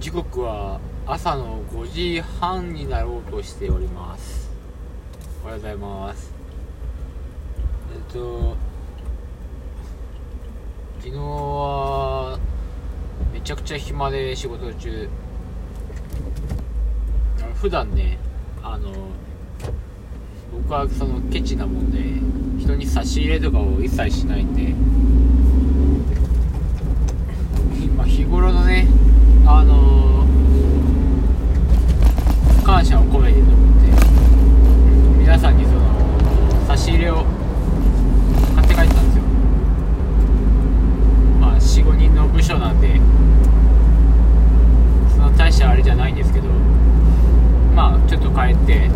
時刻は朝の5時半になろうとしております。おはようございます。昨日はめちゃくちゃ暇で仕事中、普段ね僕はそのケチなもんで人に差し入れとかを一切しないんで、今日頃のね感謝を込めてと思って皆さんにその差し入れを買って帰ったんですよ。4、5人の部署なんでその大したあれじゃないんですけど、ちょっと帰って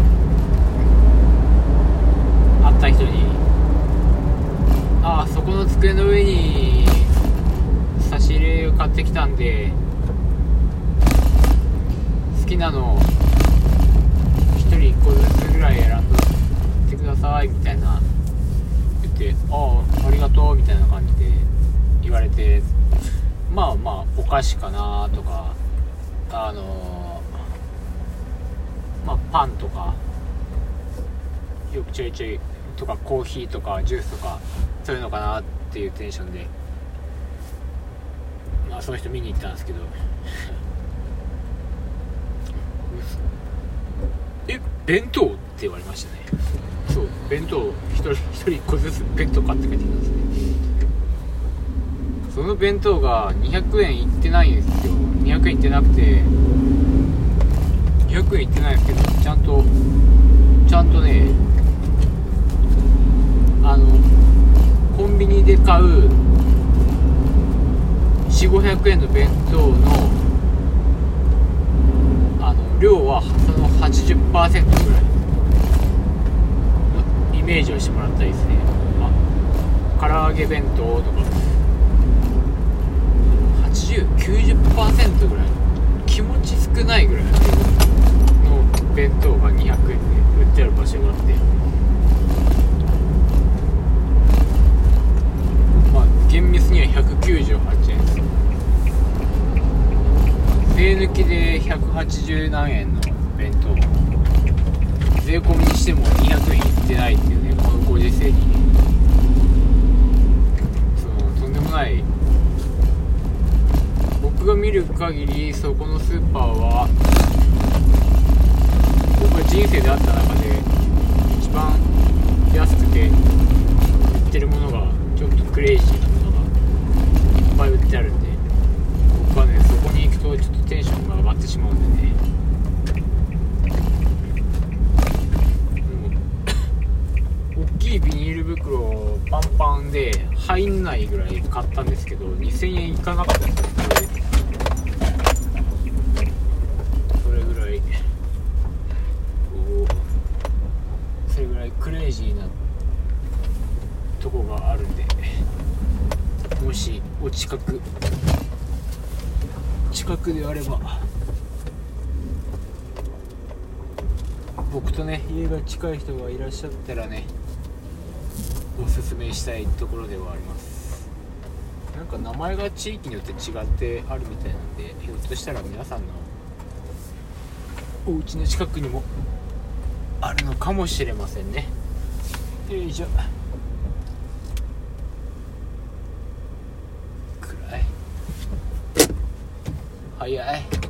会った人にそこの机の上に差し入れを買ってきたんで好きなの1人1個ずつぐらい選んでくださいみたいな言って、ありがとうみたいな感じで言われて、お菓子かなとかパンとかよくちょいちょいとかコーヒーとかジュースとかそういうのかなっていうテンションでその人見に行ったんですけど弁当って言われましたね。そう、弁当一人1個ずつ弁当買って帰ってきたんですね。その弁当が200円いってないんですよ。200円いってなくて200円いってないですけどちゃんとねコンビニで買う4、500円の弁当の量はその 80% ぐらいのイメージをしてもらったりですね。唐揚げ弁当とか 80、90% ぐらい気持ち少ないぐらいの弁当が200円で売ってある場所があって、厳密には198円です。税抜きで180何円の弁当、税込みにしても200円いってないっていうね、このご時世にとんでもない。僕が見る限りそこのスーパーは僕が人生であった中で一番安くて売ってるものがちょっとクレイジーなものがいっぱい売ってあるんで、僕はねそこに行くとちょっとテンションが上がってしまうんでね、大きいビニール袋パンパンで入んないぐらい買ったんですけど2000円いかなかったですね。それぐらいクレイジーなとこがあるんで、もしお近くであれば僕とね家が近い人がいらっしゃったらねおすすめしたいところではあります。なんか名前が地域によって違ってあるみたいなんで、ひょっとしたら皆さんのお家の近くにもあるのかもしれませんね。よいしょ。暗い。早い。